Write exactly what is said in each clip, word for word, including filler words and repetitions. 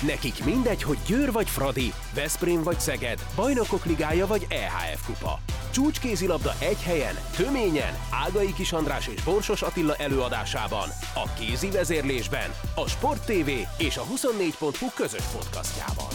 Nekik mindegy, hogy Győr vagy Fradi, Veszprém vagy Szeged, Bajnokok Ligája vagy é há ef Kupa. Csúcskézilabda egy helyen, töményen, Ágai Kis András és Borsos Attila előadásában, a kézi vezérlésben, a Sport té vé és a huszonnégy pont hu közös podcastjában.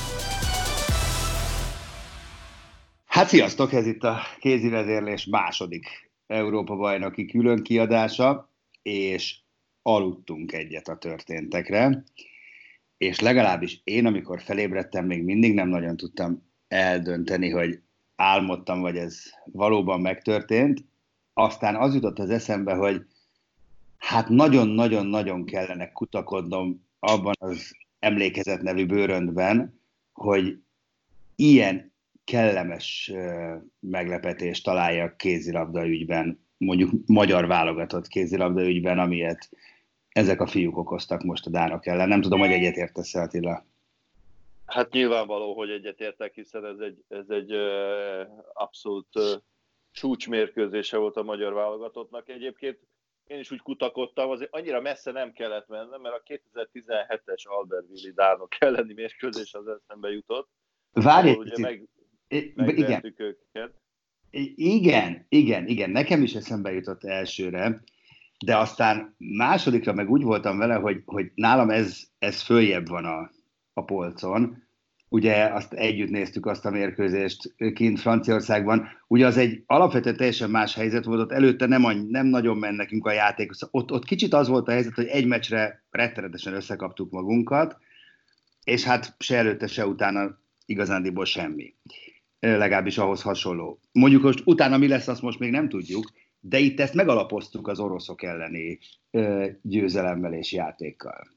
Hát sziasztok, ez itt a kézi vezérlés második Európa-bajnoki külön kiadása, és aludtunk egyet a történtekre, és legalábbis én, amikor felébredtem, még mindig nem nagyon tudtam eldönteni, hogy álmodtam, vagy ez valóban megtörtént. Aztán az jutott az eszembe, hogy hát nagyon-nagyon-nagyon kellene kutakodnom abban az emlékezet nevű bőröndben, hogy ilyen kellemes meglepetést találjak kézilabda ügyben, mondjuk magyar válogatott kézilabda ügyben, amilyet ezek a fiúk okoztak most a dánok ellen. Nem tudom, hogy egyetértesz-e, Attila? Hát nyilvánvaló, hogy egyetértek, hiszen ez egy, ez egy uh, abszolút uh, csúcsmérkőzése volt a magyar válogatottnak. Egyébként én is úgy kutakodtam, azért annyira messze nem kellett mennem, mert a kétezer-tizenhetes Albertville dánok elleni mérkőzés az eszembe jutott. Várj egy ugye meg, I- megvertük őket. Igen, igen, igen, nekem is eszembe jutott elsőre, de aztán másodikra meg úgy voltam vele, hogy, hogy nálam ez, ez följebb van a, a polcon. Ugye azt együtt néztük azt a mérkőzést kint Franciaországban. Ugye az egy alapvetően teljesen más helyzet volt, ott előtte nem, nem nagyon ment nekünk a játék. Ott, ott kicsit az volt a helyzet, hogy egy meccsre rettenetesen összekaptuk magunkat, és hát se előtte, se utána igazándiból semmi. Legalábbis ahhoz hasonló. Mondjuk most utána mi lesz, azt most még nem tudjuk, de itt ezt megalapoztuk az oroszok elleni ö, győzelemmel és játékkal.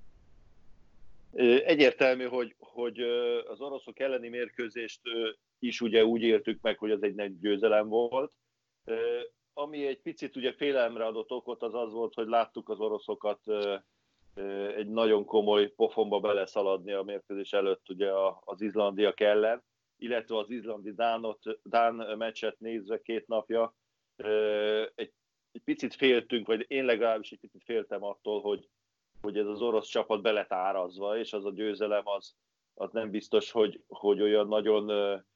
Egyértelmű, hogy, hogy az oroszok elleni mérkőzést is ugye úgy éltük meg, hogy az egy nagy győzelem volt. Ami egy picit ugye félelemre adott okot, az az volt, hogy láttuk az oroszokat egy nagyon komoly pofonba beleszaladni a mérkőzés előtt ugye az izlandiak ellen, illetve az izlandi dánot, dán meccset nézve két napja, egy, egy picit féltünk, vagy én legalábbis egy picit féltem attól, hogy, hogy ez az orosz csapat be lett árazva, és az a győzelem az, az nem biztos, hogy, hogy olyan nagyon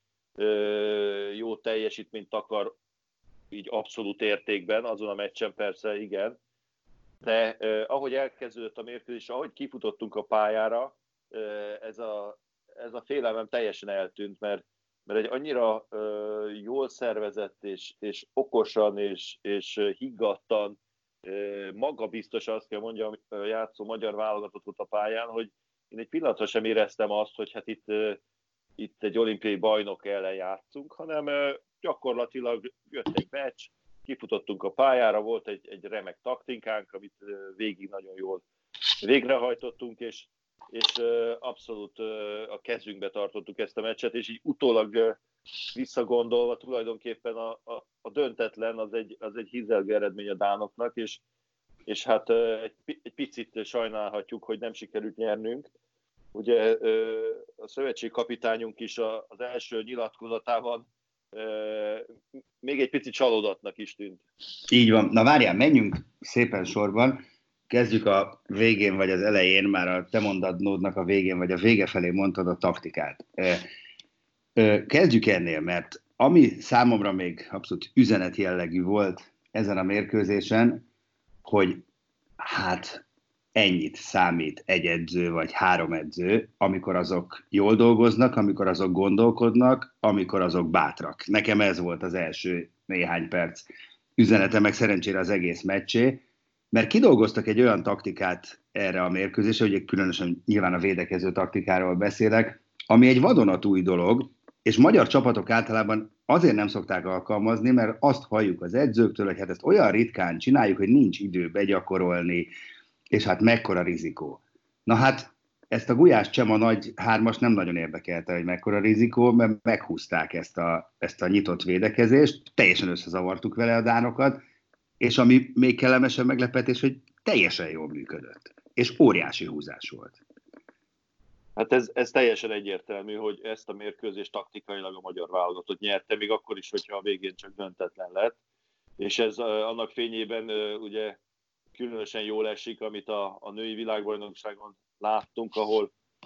jó teljesítményt akar így abszolút értékben, azon a meccsen persze igen, de ahogy elkezdődött a mérkőzés, ahogy kifutottunk a pályára, ez a ez a félelmem teljesen eltűnt, mert, mert egy annyira uh, jól szervezett és, és okosan és, és higgadtan, uh, magabiztos, azt kell mondjam, uh, játszó magyar válogatott volt a pályán, hogy én egy pillanatra sem éreztem azt, hogy hát itt, uh, itt egy olimpiai bajnok ellen játszunk, hanem uh, gyakorlatilag jött egy meccs, kifutottunk a pályára, volt egy, egy remek taktikánk, amit uh, végig nagyon jól végrehajtottunk, és és uh, abszolút uh, a kezünkbe tartottuk ezt a meccset, és így utólag uh, visszagondolva tulajdonképpen a, a, a döntetlen az egy, az egy hízelgő eredmény a dánoknak, és, és hát uh, egy, egy picit sajnálhatjuk, hogy nem sikerült nyernünk. Ugye uh, a szövetségkapitányunk is a, az első nyilatkozatában uh, még egy picit csalódatnak is tűnt. Így van. Na várjál, menjünk szépen sorban. Kezdjük a végén, vagy az elején, már a te mondatnódnak a végén, vagy a vége felé mondtad a taktikát. Kezdjük ennél, mert ami számomra még abszolút üzenet jellegű volt ezen a mérkőzésen, hogy hát ennyit számít egy edző, vagy három edző, amikor azok jól dolgoznak, amikor azok gondolkodnak, amikor azok bátrak. Nekem ez volt az első néhány perc üzenete, meg szerencsére az egész meccsé, mert kidolgoztak egy olyan taktikát erre a mérkőzésre, ugye különösen nyilván a védekező taktikáról beszélek, ami egy vadonatúj dolog, és magyar csapatok általában azért nem szokták alkalmazni, mert azt halljuk az edzőktől, hogy hát ezt olyan ritkán csináljuk, hogy nincs idő begyakorolni, és hát mekkora rizikó. Na hát ezt a Gulyás Csema nagy hármas nem nagyon érdekelte, hogy mekkora rizikó, mert meghúzták ezt a, ezt a nyitott védekezést, teljesen összezavartuk vele a dánokat, és ami még kellemesebb meglepetés, hogy teljesen jól működött. És óriási húzás volt. Hát ez, ez teljesen egyértelmű, hogy ezt a mérkőzést taktikailag a magyar válogatott nyerte, még akkor is, hogyha a végén csak döntetlen lett. És ez annak fényében ugye különösen jól esik, amit a, a női világbajnokságon láttunk, ahol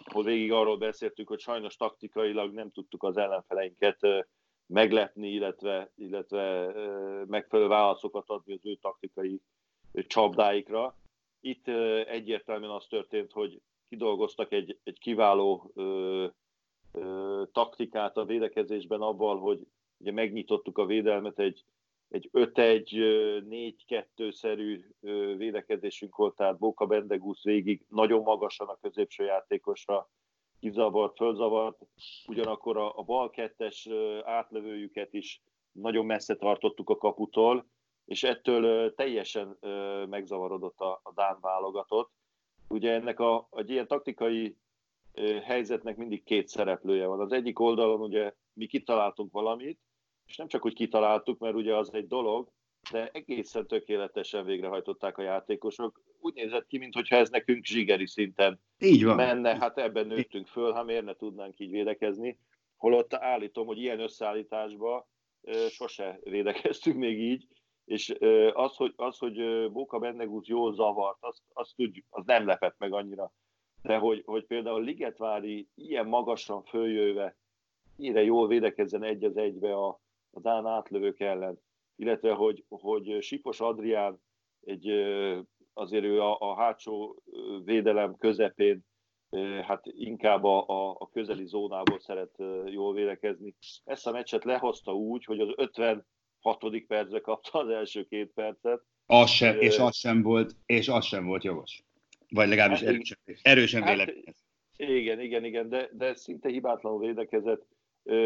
ahol végig arról beszéltünk, hogy sajnos taktikailag nem tudtuk az ellenfeleinket meglepni, illetve, illetve megfelelő válaszokat adni az ő taktikai csapdáikra. Itt egyértelműen az történt, hogy kidolgoztak egy, egy kiváló ö, ö, taktikát a védekezésben avval, hogy ugye megnyitottuk a védelmet, egy, egy öt egy négy kettő-szerű védekezésünk volt, tehát Boka Bendegusz végig nagyon magasan a középső játékosra kizavart, fölzavart, ugyanakkor a, a bal kettes átlövőjüket is nagyon messze tartottuk a kaputól, és ettől teljesen megzavarodott a, a dán válogatott. Ugye ennek a, egy ilyen taktikai helyzetnek mindig két szereplője van. Az egyik oldalon ugye mi kitaláltunk valamit, és nem csak úgy kitaláltuk, mert ugye az egy dolog, de egészen tökéletesen végrehajtották a játékosok. Úgy nézett ki, mintha ez nekünk zsigeri szinten Így van. menne, hát ebben nőttünk föl, ha miért ne tudnánk így védekezni. Holott állítom, hogy ilyen összeállításban sose védekeztünk még így, és az, hogy, az, hogy Boka Bendegusz jól zavart, azt, azt tudjuk, az nem lepett meg annyira. De hogy, hogy például Ligetvári ilyen magasan följöve, ennyire jól védekezzen egy az egybe a, a dán átlövők ellen, illetve hogy, hogy Sipos Adrián egy, azért ő a, a hátsó védelem közepén, hát inkább a, a, a közeli zónából szeret jól védekezni. Ezt a meccset lehozta úgy, hogy az ötvenhatodik percre kapta az első két percet. Az sem, és az sem volt, és az sem volt jogos. Vagy legalábbis hát, erősen, erősen hát, vélekedett. Igen, igen, igen, de, de szinte hibátlanul védekezett. Ö,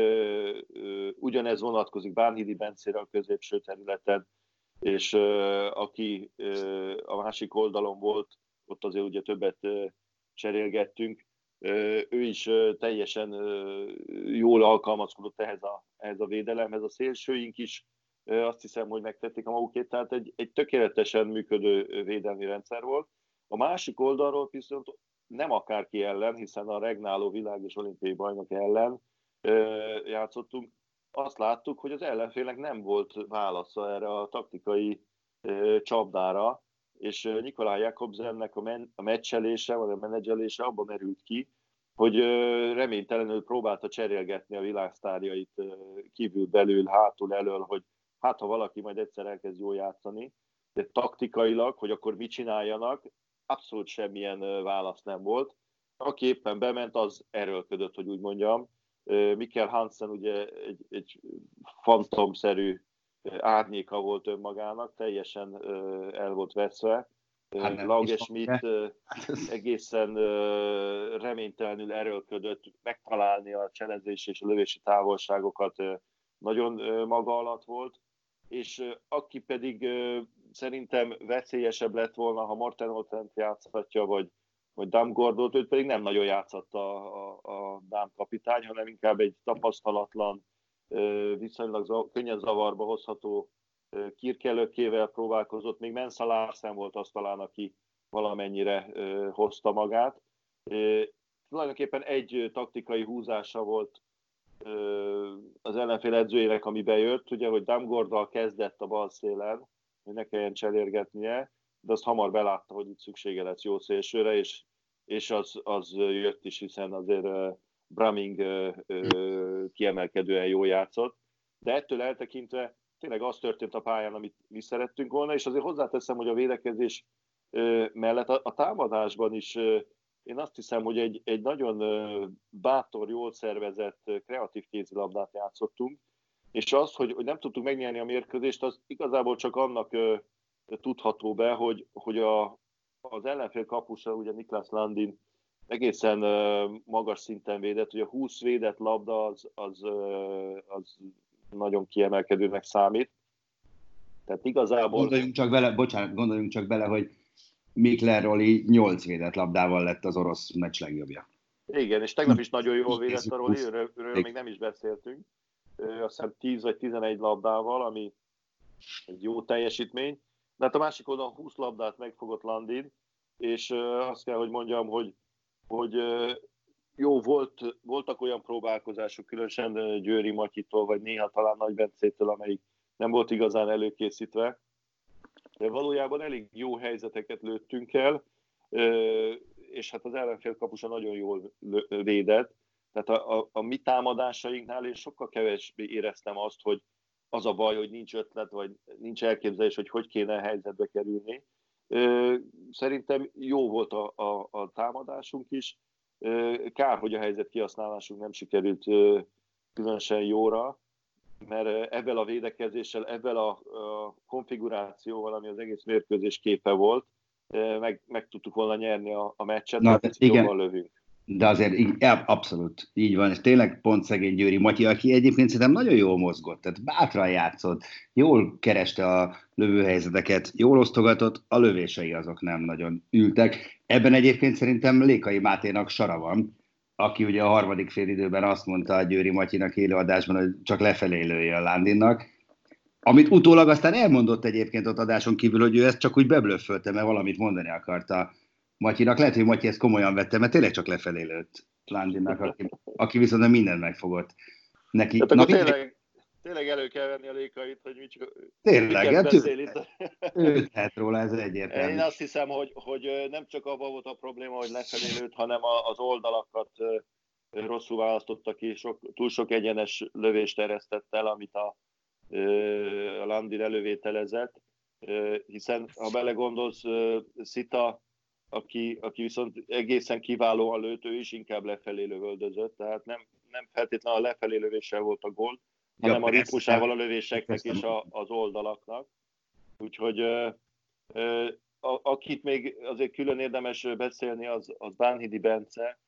ö, ugyanez vonatkozik Bánhidi Bencére a középső területen, és ö, aki ö, a másik oldalon volt, ott azért ugye többet ö, cserélgettünk, ö, ő is ö, teljesen ö, jól alkalmazkodott ehhez a, ehhez a védelemhez. A szélsőink is ö, azt hiszem, hogy megtették a magukét, tehát egy, egy tökéletesen működő védelmi rendszer volt. A másik oldalról viszont nem akárki ellen, hiszen a regnáló világ és olimpiai bajnok ellen játszottunk, azt láttuk, hogy az ellenfélnek nem volt válasza erre a taktikai csapdára, és Nikolaj Jakobsennek a, men- a meccselése, vagy a menedzselése abban merült ki, hogy reménytelenül próbálta cserélgetni a világsztárjait kívül, belül, hátul, elől, hogy hát ha valaki majd egyszer elkezd jól játszani, de taktikailag, hogy akkor mit csináljanak, abszolút semmilyen válasz nem volt. Aki éppen bement, az erőlködött, hogy úgy mondjam. Mikkel Hansen ugye egy, egy fantomszerű árnyéka volt önmagának, teljesen el volt veszve. Hát Lauge Schmidt egészen reménytelenül erőlködött megtalálni a cselezés és a lövési távolságokat, nagyon maga alatt volt, és aki pedig szerintem veszélyesebb lett volna, ha Morten Olsent játszhatja, vagy vagy Damgaardot, őt pedig nem nagyon játszott a, a, a dán kapitány, hanem inkább egy tapasztalatlan, viszonylag zav- könnyen zavarba hozható Kirkelökével próbálkozott. Még Mensa Larsen volt az talán, aki valamennyire hozta magát. Tulajdonképpen egy taktikai húzása volt az ellenfél edzőjének, ami bejött, ugye, hogy Damgaarddal kezdett a bal szélen, hogy ne kelljen cselérgetnie, de azt hamar belátta, hogy itt szüksége lesz jó szélsőre, és, és az, az jött is, hiszen azért uh, Braming uh, uh, kiemelkedően jól játszott. De ettől eltekintve tényleg az történt a pályán, amit mi szerettünk volna, és azért hozzáteszem, hogy a védekezés uh, mellett a, a támadásban is uh, én azt hiszem, hogy egy, egy nagyon uh, bátor, jól szervezett, uh, kreatív kézilabdát játszottunk, és az, hogy, hogy nem tudtuk megnyerni a mérkőzést, az igazából csak annak uh, tudható be, hogy, hogy a, az ellenfél kapusa, ugye Niklas Landin egészen uh, magas szinten védett, ugye a húsz védett labda az, az, uh, az nagyon kiemelkedőnek számít. Tehát igazából... Gondoljunk csak bele, bocsánat, gondoljunk csak bele, hogy Mikler Roli nyolc védett labdával lett az orosz meccs legjobbja. Igen, és tegnap is nagyon jól védett a Roli, őről, őről még nem is beszéltünk. Azt hiszem tíz vagy tizenegy labdával, ami egy jó teljesítmény. De hát a másik oldalon húsz labdát megfogott Landin, és azt kell, hogy mondjam, hogy, hogy jó, volt, voltak olyan próbálkozások, különösen Győri Matyitól, vagy néha talán Nagy Bencétől, amelyik nem volt igazán előkészítve. De valójában elég jó helyzeteket lőttünk el, és hát az ellenfél kapusa nagyon jól védett. Tehát a, a, a mi támadásainknál én sokkal kevésbé éreztem azt, hogy az a baj, hogy nincs ötlet, vagy nincs elképzelés, hogy hogy kéne a helyzetbe kerülni. Szerintem jó volt a, a, a támadásunk is. Kár, hogy a helyzet kihasználásunk nem sikerült különösen jóra, mert ebben a védekezéssel, ebben a, a konfigurációval, ami az egész mérkőzés képe volt, meg, meg tudtuk volna nyerni a, a meccset, Na, ha picit igen. jobban lövünk. De azért így, abszolút így van, és tényleg pont szegény Győri Matyi, aki egyébként szerintem nagyon jól mozgott, tehát bátran játszott, jól kereste a lövőhelyzeteket, jól osztogatott, a lövései azok nem nagyon ültek. Ebben egyébként szerintem Lékai Máténak sara van, aki ugye a harmadik félidőben azt mondta a Győri Matyinak élőadásban, hogy csak lefelé lője a Landinnak, amit utólag aztán elmondott egyébként ott adáson kívül, hogy ő ezt csak úgy beblöffölte, mert valamit mondani akarta Matyinak. Lehet, hogy Matyi ezt komolyan vette, mert tényleg csak lefelé lőtt Landinnak, aki, aki viszont nem mindent megfogott neki. Tehát Na, akkor tényleg, tényleg elő kell venni a Lékait, hogy mit csak tényleg, hát beszél itt. Ő tehet róla, ez egyértelmű. Én azt hiszem, hogy, hogy nem csak abban volt a probléma, hogy lefelé lőtt, hanem az oldalakat rosszul választotta ki, sok, túl sok egyenes lövést eresztett el, amit a, a Landin elővételezett, hiszen ha belegondolsz, Szita, aki, aki viszont egészen kiválóan lőtt, ő is inkább lefelé lövöldözött, tehát nem, nem feltétlenül a lefelé lövéssel volt a gól, hanem ja, a ritmusával a lövéseknek és a, az oldalaknak. Úgyhogy a, akit még azért külön érdemes beszélni, az, az Bánhidi Bence,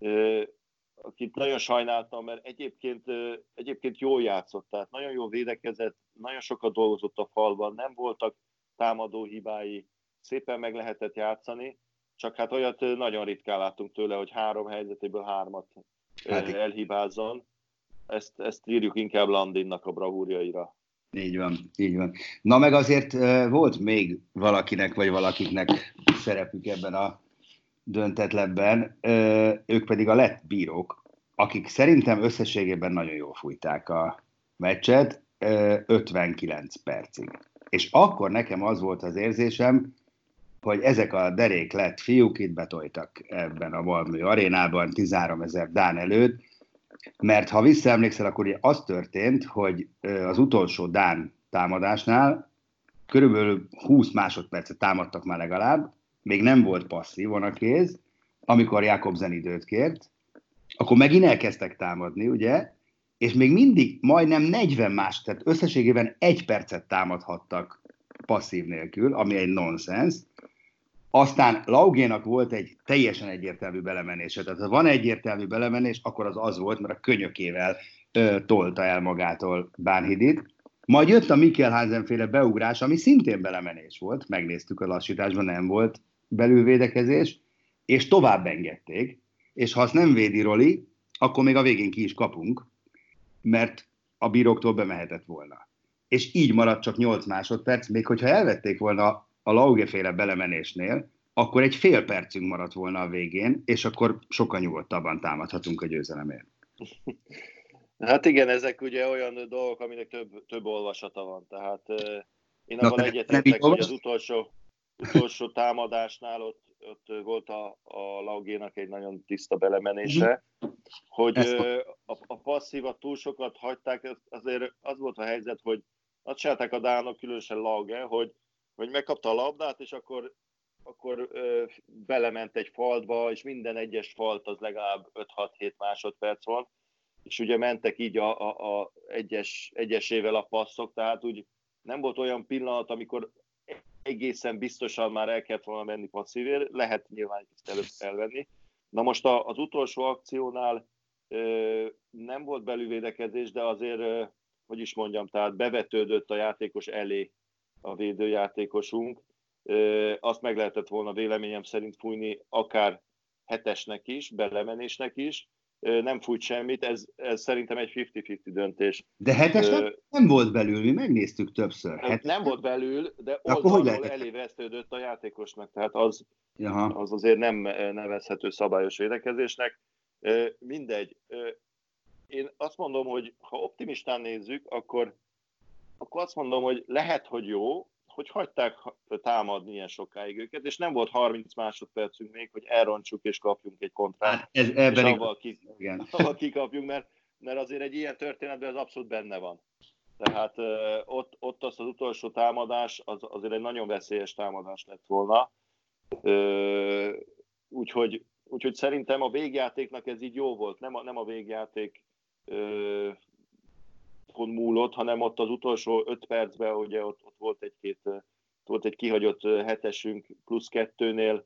akit nagyon sajnáltam, mert egyébként, egyébként jól játszott, tehát nagyon jól védekezett, nagyon sokat dolgozott a falban, nem voltak támadó hibái, szépen meg lehetett játszani, csak hát olyat nagyon ritkán láttunk tőle, hogy három helyzetéből hármat hát elhibázzon. Ezt, ezt írjuk inkább Landinnak a bravúrjaira. Így van, így van. Na meg azért volt még valakinek, vagy valakiknek szerepük ebben a döntetlenben, ők pedig a lett bírók, akik szerintem összességében nagyon jól fújták a meccset, ötvenkilenc percig. És akkor nekem az volt az érzésem, hogy ezek a derék lett fiúk itt betoltak ebben a Malmö arénában tizenháromezer dán előtt, mert ha visszaemlékszel, akkor ugye az történt, hogy az utolsó dán támadásnál körülbelül húsz másodpercet támadtak már legalább, még nem volt passzívon a kéz, amikor Jakobsen időt kért, akkor megint elkezdtek támadni, ugye, és még mindig majdnem negyven más, tehát összességében egy percet támadhattak passzív nélkül, ami egy nonsens. Aztán Laugénak volt egy teljesen egyértelmű belemenése, tehát ha van egyértelmű belemenés, akkor az az volt, mert a könyökével ö, tolta el magától Bánhidit. Majd jött a Mikkel Hansen-féle beugrás, ami szintén belemenés volt, megnéztük a lassításban, nem volt belülvédekezés, és tovább engedték, és ha azt nem védi Roli, akkor még a végén ki is kapunk, mert a bíróktól bemehetett volna. És így maradt csak nyolc másodperc, még hogyha elvették volna a Lauge-féle belemenésnél, akkor egy fél percünk maradt volna a végén, és akkor sokkal nyugodtabban támadhatunk a győzelemért. Hát igen, ezek ugye olyan dolgok, aminek több, több olvasata van. Tehát uh, én abban egyetértek, hogy az utolsó, utolsó támadásnál ott, ott volt a, a Laugénak egy nagyon tiszta belemenése, hogy uh, a, a passzívat túl sokat hagyták, azért az volt a helyzet, hogy azt csinálták a dánok, különösen Lauge, hogy hogy megkapta a labdát, és akkor, akkor ö, belement egy faltba, és minden egyes falt az legalább öt-hat-hét másodperc volt, és ugye mentek így a, a, a egyes, egyesével a passzok, tehát úgy nem volt olyan pillanat, amikor egészen biztosan már el kellett volna menni passzívért, lehet nyilván ezt előbb elvenni. Na most a, az utolsó akciónál ö, nem volt belülvédekezés, de azért, ö, hogy is mondjam, tehát bevetődött a játékos elé a védőjátékosunk. Azt meg lehetett volna véleményem szerint fújni akár hetesnek is, belemenésnek is. Nem fújt semmit, ez, ez szerintem egy ötven-ötven döntés. De hetes nem, nem volt belül, mi megnéztük többször. Hetes nem volt belül, de oldalról elévesztődött a játékosnak, tehát az, az azért nem nevezhető szabályos védekezésnek. Mindegy. Én azt mondom, hogy ha optimistán nézzük, akkor akkor azt mondom, hogy lehet, hogy jó, hogy hagyták támadni ilyen sokáig őket, és nem volt harminc másodpercünk még, hogy elrontsuk és kapjunk egy kontrát, hát ez, ebben és avval, ki, avval kikapjunk, mert, mert azért egy ilyen történetben ez abszolút benne van. Tehát ö, ott, ott az az utolsó támadás, az azért egy nagyon veszélyes támadás lett volna. Ö, úgyhogy, úgyhogy szerintem a végjátéknak ez így jó volt, nem a, nem a végjáték ö, múlott, hanem ott az utolsó öt percben, ugye ott, ott volt egy-két, volt egy kihagyott hetesünk plusz kettőnél,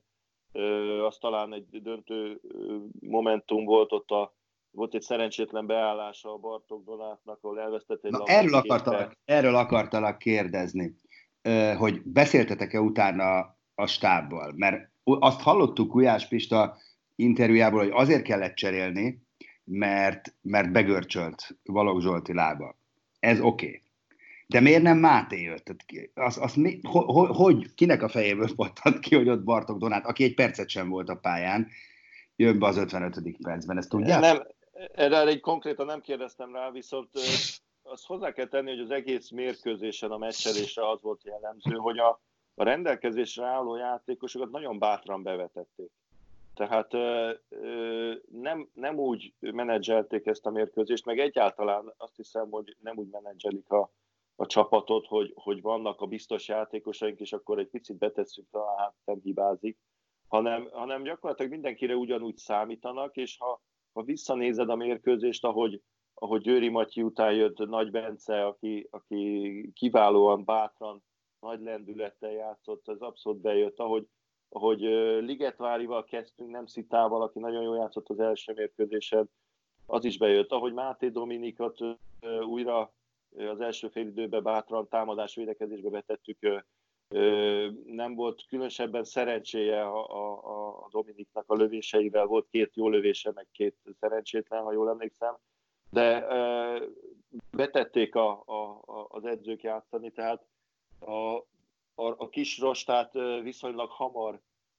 az talán egy döntő momentum volt, ott a, volt egy szerencsétlen beállása a Bartók Donátnak, ahol elvesztett egy labdát. Erről akartalak, erről akartalak kérdezni, hogy beszéltetek-e utána a stábbal, mert azt hallottuk Gulyás Pista interjújából, hogy azért kellett cserélni, mert, mert begörcsölt Balogh Zsolti lába. Ez oké. Okay. De miért nem Máté jött? Az, az mi, ho, ho, hogy, kinek a fejéből pattant ki, hogy ott Bartók Donát, aki egy percet sem volt a pályán, jön be az ötvenötödik percben, ezt tudják? Nem, erre egy konkrétan nem kérdeztem rá, viszont azt hozzá kell tenni, hogy az egész mérkőzésen a meccselésre az volt jellemző, hogy a, a rendelkezésre álló játékosokat nagyon bátran bevetették. Tehát ö, ö, nem, nem úgy menedzselték ezt a mérkőzést, meg egyáltalán azt hiszem, hogy nem úgy menedzselik a, a csapatot, hogy, hogy vannak a biztos játékosaink, és akkor egy picit betesszük, talán hát nem hibázik, hanem, hanem gyakorlatilag mindenkire ugyanúgy számítanak, és ha, ha visszanézed a mérkőzést, ahogy, ahogy Győri Matyi után jött Nagy Bence, aki, aki kiválóan, bátran, nagy lendülettel játszott, ez abszolút bejött, ahogy ahogy Ligetvárival kezdtünk, nem Szitával, aki nagyon jól játszott az első mérkőzésen, az is bejött. Ahogy Máté Dominikot újra az első fél időben bátran támadás védekezésbe betettük, nem volt különösebben szerencséje a, a, a Dominiknak a lövéseivel, volt két jó lövése, meg két szerencsétlen, ha jól emlékszem, de betették a, a, az edzők játszani, tehát a A, a kis rostát viszonylag hamar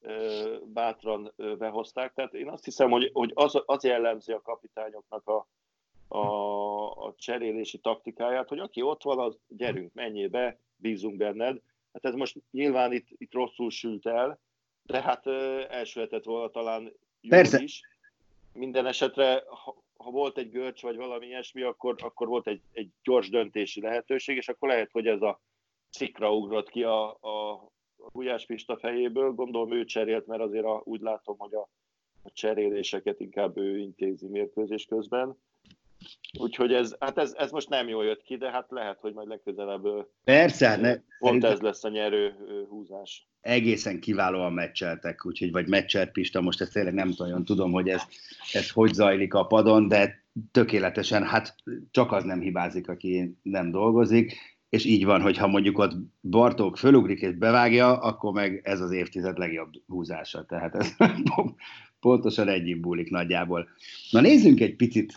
bátran behozták. Tehát én azt hiszem, hogy, hogy az, az jellemzi a kapitányoknak a, a, a cserélési taktikáját, hogy aki ott van, az gyerünk, menjél be, bízunk benned. Hát ez most nyilván itt, itt rosszul sült el, de hát elsülhetett volna talán jól is. Minden esetre, ha, ha volt egy görcs vagy valami ilyesmi, akkor, akkor volt egy, egy gyors döntési lehetőség, és akkor lehet, hogy ez a szikra ugrott ki a, a, a Gulyás Pista fejéből. Gondolom ő cserélt, mert azért a, úgy látom, hogy a, a cseréléseket inkább ő intézi mérkőzés közben. Úgyhogy ez, hát ez, ez most nem jól jött ki, de hát lehet, hogy majd legközelebb Persze, ne, pont ez lesz a nyerő húzás. Egészen kiválóan meccseltek, úgyhogy vagy meccselt Pista, most ezt tényleg nem nagyon tudom, hogy ez, ez hogy zajlik a padon, de tökéletesen, hát csak az nem hibázik, aki nem dolgozik. És így van, hogy ha mondjuk ott Bartók fölugrik és bevágja, akkor meg ez az évtized legjobb húzása. Tehát ez pontosan ennyi múlik nagyjából. Na nézzünk egy picit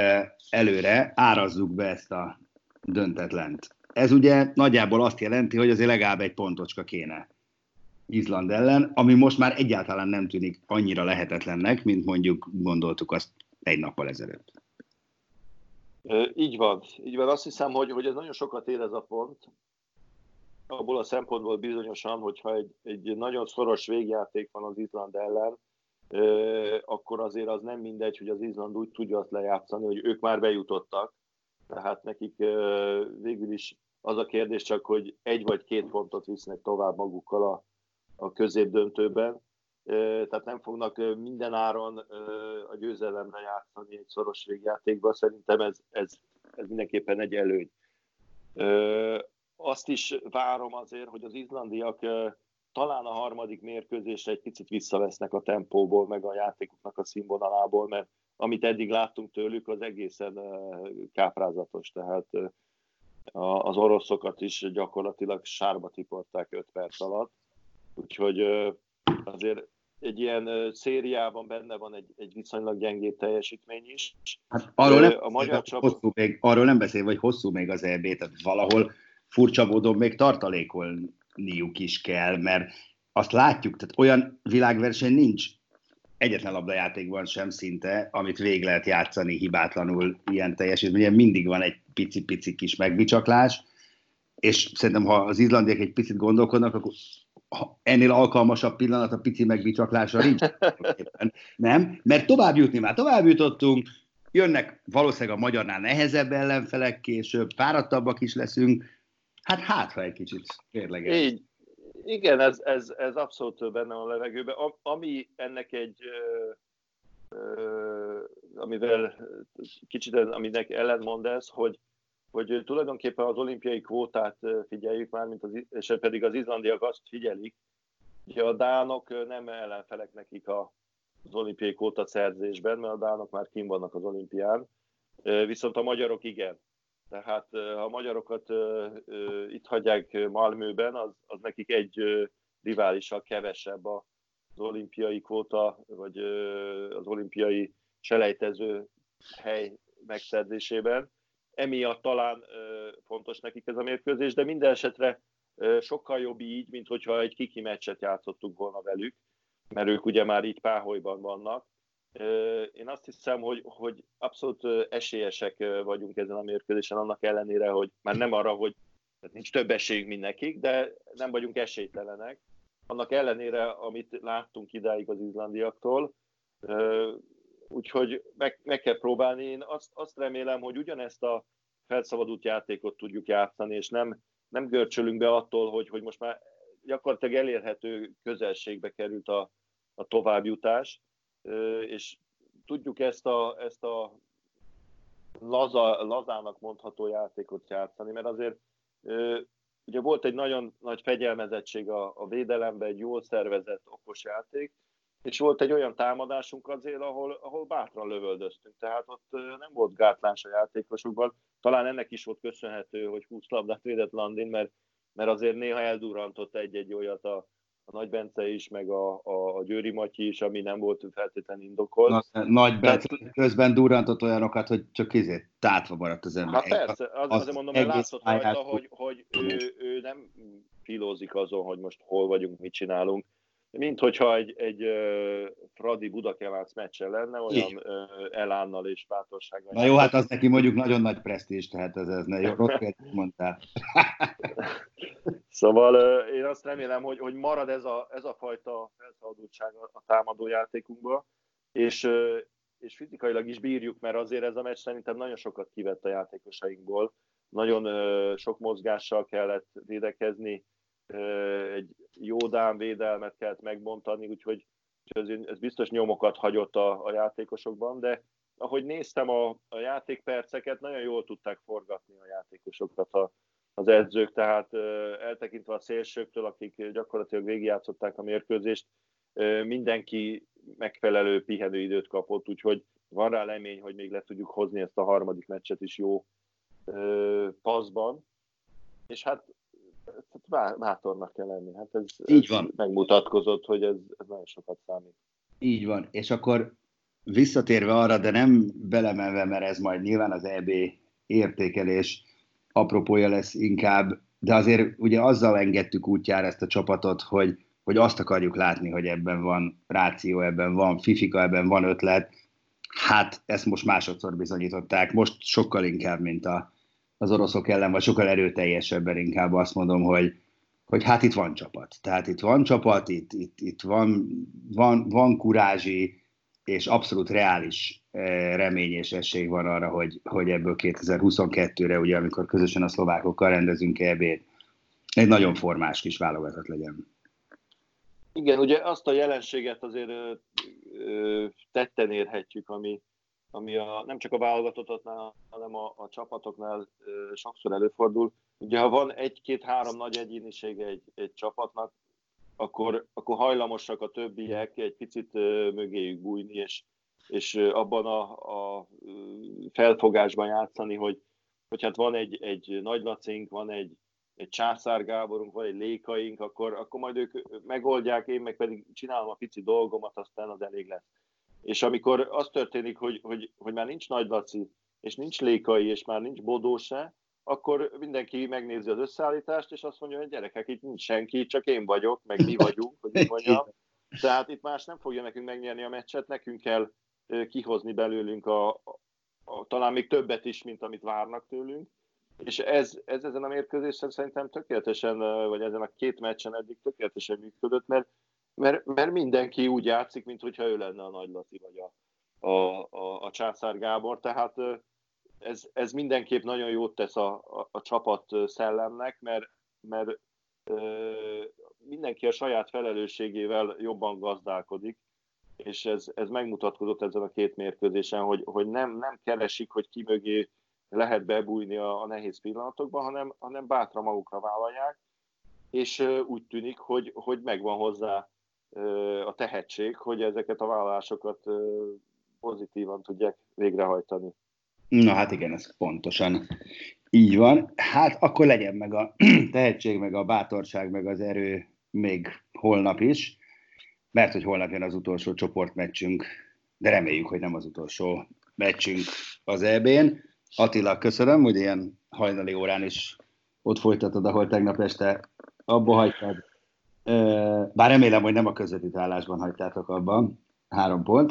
előre, árazzuk be ezt a döntetlent. Ez ugye nagyjából azt jelenti, hogy azért legalább egy pontocska kéne Izland ellen, ami most már egyáltalán nem tűnik annyira lehetetlennek, mint mondjuk gondoltuk azt egy nappal ezelőtt. Így van. Így van. Azt hiszem, hogy, hogy ez nagyon sokat ér ez a pont. Abból a szempontból bizonyosan, hogyha egy, egy nagyon szoros végjáték van az Izland ellen, akkor azért az nem mindegy, hogy az Izland úgy tudja azt lejátszani, hogy ők már bejutottak. Tehát nekik végül is az a kérdés csak, hogy egy vagy két pontot visznek tovább magukkal a, a középdöntőben. Tehát nem fognak minden áron a győzelemre játszani egy szoros végjátékban. Szerintem ez, ez, ez mindenképpen egy előny. Azt is várom azért, hogy az izlandiak talán a harmadik mérkőzésre egy picit visszavesznek a tempóból, meg a játékoknak a színvonalából, mert amit eddig láttunk tőlük, az egészen káprázatos. Tehát az oroszokat is gyakorlatilag sárba tiporták öt perc alatt. Úgyhogy azért egy ilyen szériában benne van egy, egy viszonylag gyengébb teljesítmény is. Hát arról, nem a magyar csapat... hosszú még, arról nem beszélve, hogy hosszú még az é bé, tehát valahol furcsa módon még tartalékolniuk is kell, mert azt látjuk, tehát olyan világverseny nincs egyetlen labdajátékban sem szinte, amit végig lehet játszani hibátlanul ilyen teljesítményen. Mindig van egy pici-pici kis megbicsaklás, és szerintem, ha az izlandiek egy picit gondolkodnak, akkor ennél alkalmasabb pillanat a pici megbicsaklásra nincs. Nem? Mert tovább jutni már tovább jutottunk, jönnek valószínűleg a magyarnál nehezebb ellenfelek később, fáradtabbak is leszünk, hát hát, ha egy kicsit kérlek. Így, igen, ez, ez, ez abszolút benne a levegőben. Ami ennek egy, amivel kicsit, aminek ellentmond ez, hogy hogy tulajdonképpen az olimpiai kvótát figyeljük már, mint az, és pedig az izlandiak azt figyelik, hogy a dánok nem ellenfelek nekik az olimpiai kvóta szerzésben, mert a dánok már kint vannak az olimpián, viszont a magyarok igen. Tehát ha a magyarokat itt hagyják Malmöben, az, az nekik egy riválissal kevesebb az olimpiai kvóta, vagy az olimpiai selejtező hely megszerzésében. Emiatt talán ö, fontos nekik ez a mérkőzés, de minden esetre ö, sokkal jobb így, mint hogyha egy kiki meccset játszottuk volna velük, mert ők ugye már így páholyban vannak. Ö, én azt hiszem, hogy, hogy abszolút esélyesek vagyunk ezen a mérkőzésen, annak ellenére, hogy már nem arra, hogy nincs több esélyünk, mint nekik, de nem vagyunk esélytelenek. Annak ellenére, amit láttunk idáig az izlandiaktól, ö, úgyhogy meg, meg kell próbálni. Én azt, azt remélem, hogy ugyanezt a felszabadult játékot tudjuk játszani, és nem, nem görcsölünk be attól, hogy, hogy most már gyakorlatilag elérhető közelségbe került a, a továbbjutás, és tudjuk ezt a, ezt a laza, lazának mondható játékot játszani, mert azért ugye volt egy nagyon nagy fegyelmezettség a, a védelemben, egy jól szervezett, okos játék, és volt egy olyan támadásunk azért, ahol, ahol bátran lövöldöztünk, tehát ott nem volt gátlás a játékosokban. Talán ennek is volt köszönhető, hogy húsz labdát védett Landin, mert, mert azért néha eldurrantott egy-egy olyat a, a Nagy Bence is, meg a, a, a Győri Matyi is, ami nem volt feltétlenül indokolt. Na, Nagy Bence tehát, közben durrantott olyanokat, hogy csak izé, tátva maradt az ember. Hát persze, az, az azért mondom, mert látszott rajta, hogy, hogy ő, ő nem filózik azon, hogy most hol vagyunk, mit csinálunk. Mint hogyha egy, egy uh, Fradi Budakevász meccsen lenne, olyan uh, elánnal és bátorsággal. Na jó, hát az neki mondjuk nagyon nagy presztízs, tehát ez, ez ne, jó, rossz példát mondtál. Szóval uh, én azt remélem, hogy, hogy marad ez a, ez a fajta felszabadultság a támadó játékunkba, és, uh, és fizikailag is bírjuk, mert azért ez a meccs szerintem nagyon sokat kivett a játékosainkból. Nagyon uh, sok mozgással kellett védekezni, egy jó dán védelmet kellett megbontani, úgyhogy ez, ez biztos nyomokat hagyott a, a játékosokban, de ahogy néztem a, a játékperceket, nagyon jól tudták forgatni a játékosokat a, az edzők, tehát eltekintve a szélsőktől, akik gyakorlatilag végigjátszották a mérkőzést, mindenki megfelelő pihenőidőt kapott, úgyhogy van rá remény, hogy még le tudjuk hozni ezt a harmadik meccset is jó passzban, és hát bátornak kell lenni. Hát ez, Így ez van. Megmutatkozott, hogy ez, ez nagyon sokat számít. Így van. És akkor visszatérve arra, de nem belemenve, mert ez majd nyilván az é bé értékelés apropója lesz inkább, de azért ugye azzal engedtük útjára ezt a csapatot, hogy, hogy azt akarjuk látni, hogy ebben van ráció, ebben van fifika, ebben van ötlet. Hát ezt most másodszor bizonyították. Most sokkal inkább, mint a az oroszok ellen, vagy sokkal erőteljesebben inkább azt mondom, hogy, hogy hát itt van csapat. Tehát itt van csapat, itt, itt, itt van, van, van kurázsi, és abszolút reális remény és esély van arra, hogy, hogy ebből kétezer-huszonkettőre, ugye, amikor közösen a szlovákokkal rendezünk é bét, egy nagyon formás kis válogatott legyen. Igen, ugye azt a jelenséget azért ö, ö, tetten érhetjük, ami ami a, nem csak a válogatottaknál, hanem a, a csapatoknál ö, sokszor előfordul. Ugye ha van egy-két-három nagy egyénisége egy, egy csapatnak, akkor, akkor hajlamosak a többiek egy picit ö, mögéjük bújni, és, és ö, abban a, a felfogásban játszani, hogy, hogy hát van egy, egy Nagy Lacink, van egy, egy Császár Gáborunk, van egy Lékaink, akkor, akkor majd ők megoldják, én meg pedig csinálom a pici dolgomat, aztán az elég lesz. És amikor az történik, hogy, hogy, hogy már nincs Nagy Laci, és nincs Lékai, és már nincs Bodó se, akkor mindenki megnézi az összeállítást, és azt mondja, hogy gyerekek, itt nincs senki, csak én vagyok, meg mi vagyunk, hogy így mondjam. Tehát itt más nem fogja nekünk megnyerni a meccset, nekünk kell kihozni belőlünk a, a, a, talán még többet is, mint amit várnak tőlünk. És ez, ez ezen a mérkőzésen szerintem tökéletesen, vagy ezen a két meccsen eddig tökéletesen működött, mert, mert, mert mindenki úgy játszik, mintha ő lenne a Nagy Laci, vagy a, a, a, a Császár Gábor, tehát ez, ez mindenképp nagyon jót tesz a, a, a csapat szellemnek, mert, mert ö, mindenki a saját felelősségével jobban gazdálkodik, és ez, ez megmutatkozott ezen a két mérkőzésen, hogy, hogy nem, nem keresik, hogy ki mögé lehet bebújni a, a nehéz pillanatokban, hanem, hanem bátran magukra vállalják, és ö, úgy tűnik, hogy, hogy megvan hozzá ö, a tehetség, hogy ezeket a vállalásokat ö, pozitívan tudják végrehajtani. Na hát igen, ez pontosan így van. Hát akkor legyen meg a tehetség, meg a bátorság, meg az erő még holnap is, mert hogy holnap jön az utolsó csoportmeccsünk, de reméljük, hogy nem az utolsó meccsünk az é bén. Attila, köszönöm, hogy ilyen hajnali órán is ott folytatod, ahol tegnap este abba hagytad. Bár remélem, hogy nem a közvetítőállásban hagytátok abban. Három pont.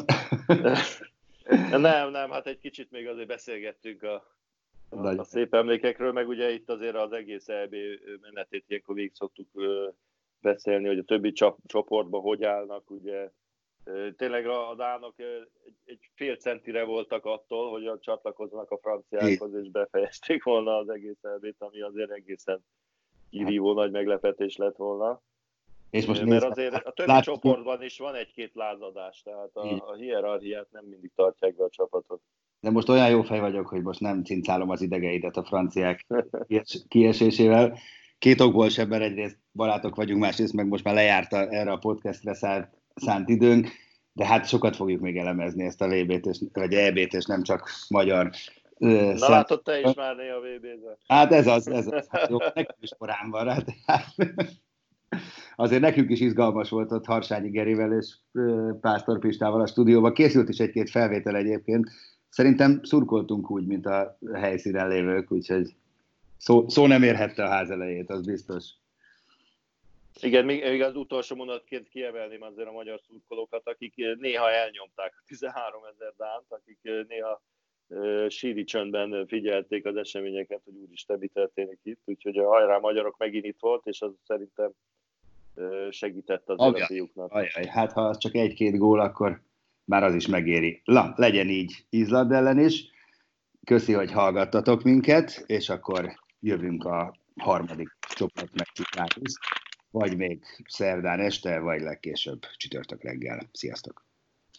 Nem, nem, hát egy kicsit még azért beszélgettünk a, a, a szép emlékekről, meg ugye itt azért az egész é bé menetét ilyenkor végig szoktuk beszélni, hogy a többi csap, csoportban hogy állnak, ugye tényleg a dánok egy, egy fél centire voltak attól, hogy csatlakoznak a franciákhoz, és befejezték volna az egész é bét, ami azért egészen kirívó nagy meglepetés lett volna. És most mert azért a többi lát... csoportban is van egy-két lázadás, tehát a, a hierarchiát nem mindig tartják be a csapatot. De most olyan jó fej vagyok, hogy most nem cincálom az idegeidet a franciák kiesésével. Két okból sem, mert egyrészt barátok vagyunk, másrészt meg most már lejárt a, erre a podcastre szánt, szánt időnk, de hát sokat fogjuk még elemezni ezt a vé bét, és, vagy é bét, és nem csak magyar. Na szám... látod te is már néha vé bézzel. Hát ez az, ez az. Hát jó, nekem is korán van rá, tehát... Azért nekünk is izgalmas volt ott Harsányi Gerivel és Pásztor Pistával a stúdióban. Készült is egy-két felvétel egyébként. Szerintem szurkoltunk úgy, mint a helyszínen lévők, úgyhogy szó, szó nem érhette a ház elejét, az biztos. Igen, még az utolsó mondatként kiemelném azért a magyar szurkolókat, akik néha elnyomták a tizenháromezer dánt, akik néha uh, síri csöndben figyelték az eseményeket, hogy úristen, mi történik itt. Úgyhogy a hajrá magyarok megint itt volt, és az szerintem segített az életjuknak. Ajaj, hát ha az csak egy-két gól, akkor már az is megéri. La, legyen így Izland ellen is. Köszi, hogy hallgattatok minket, és akkor jövünk a harmadik csoportmeccs után is, vagy még szerdán este, vagy legkésőbb csütörtök reggel. Sziasztok!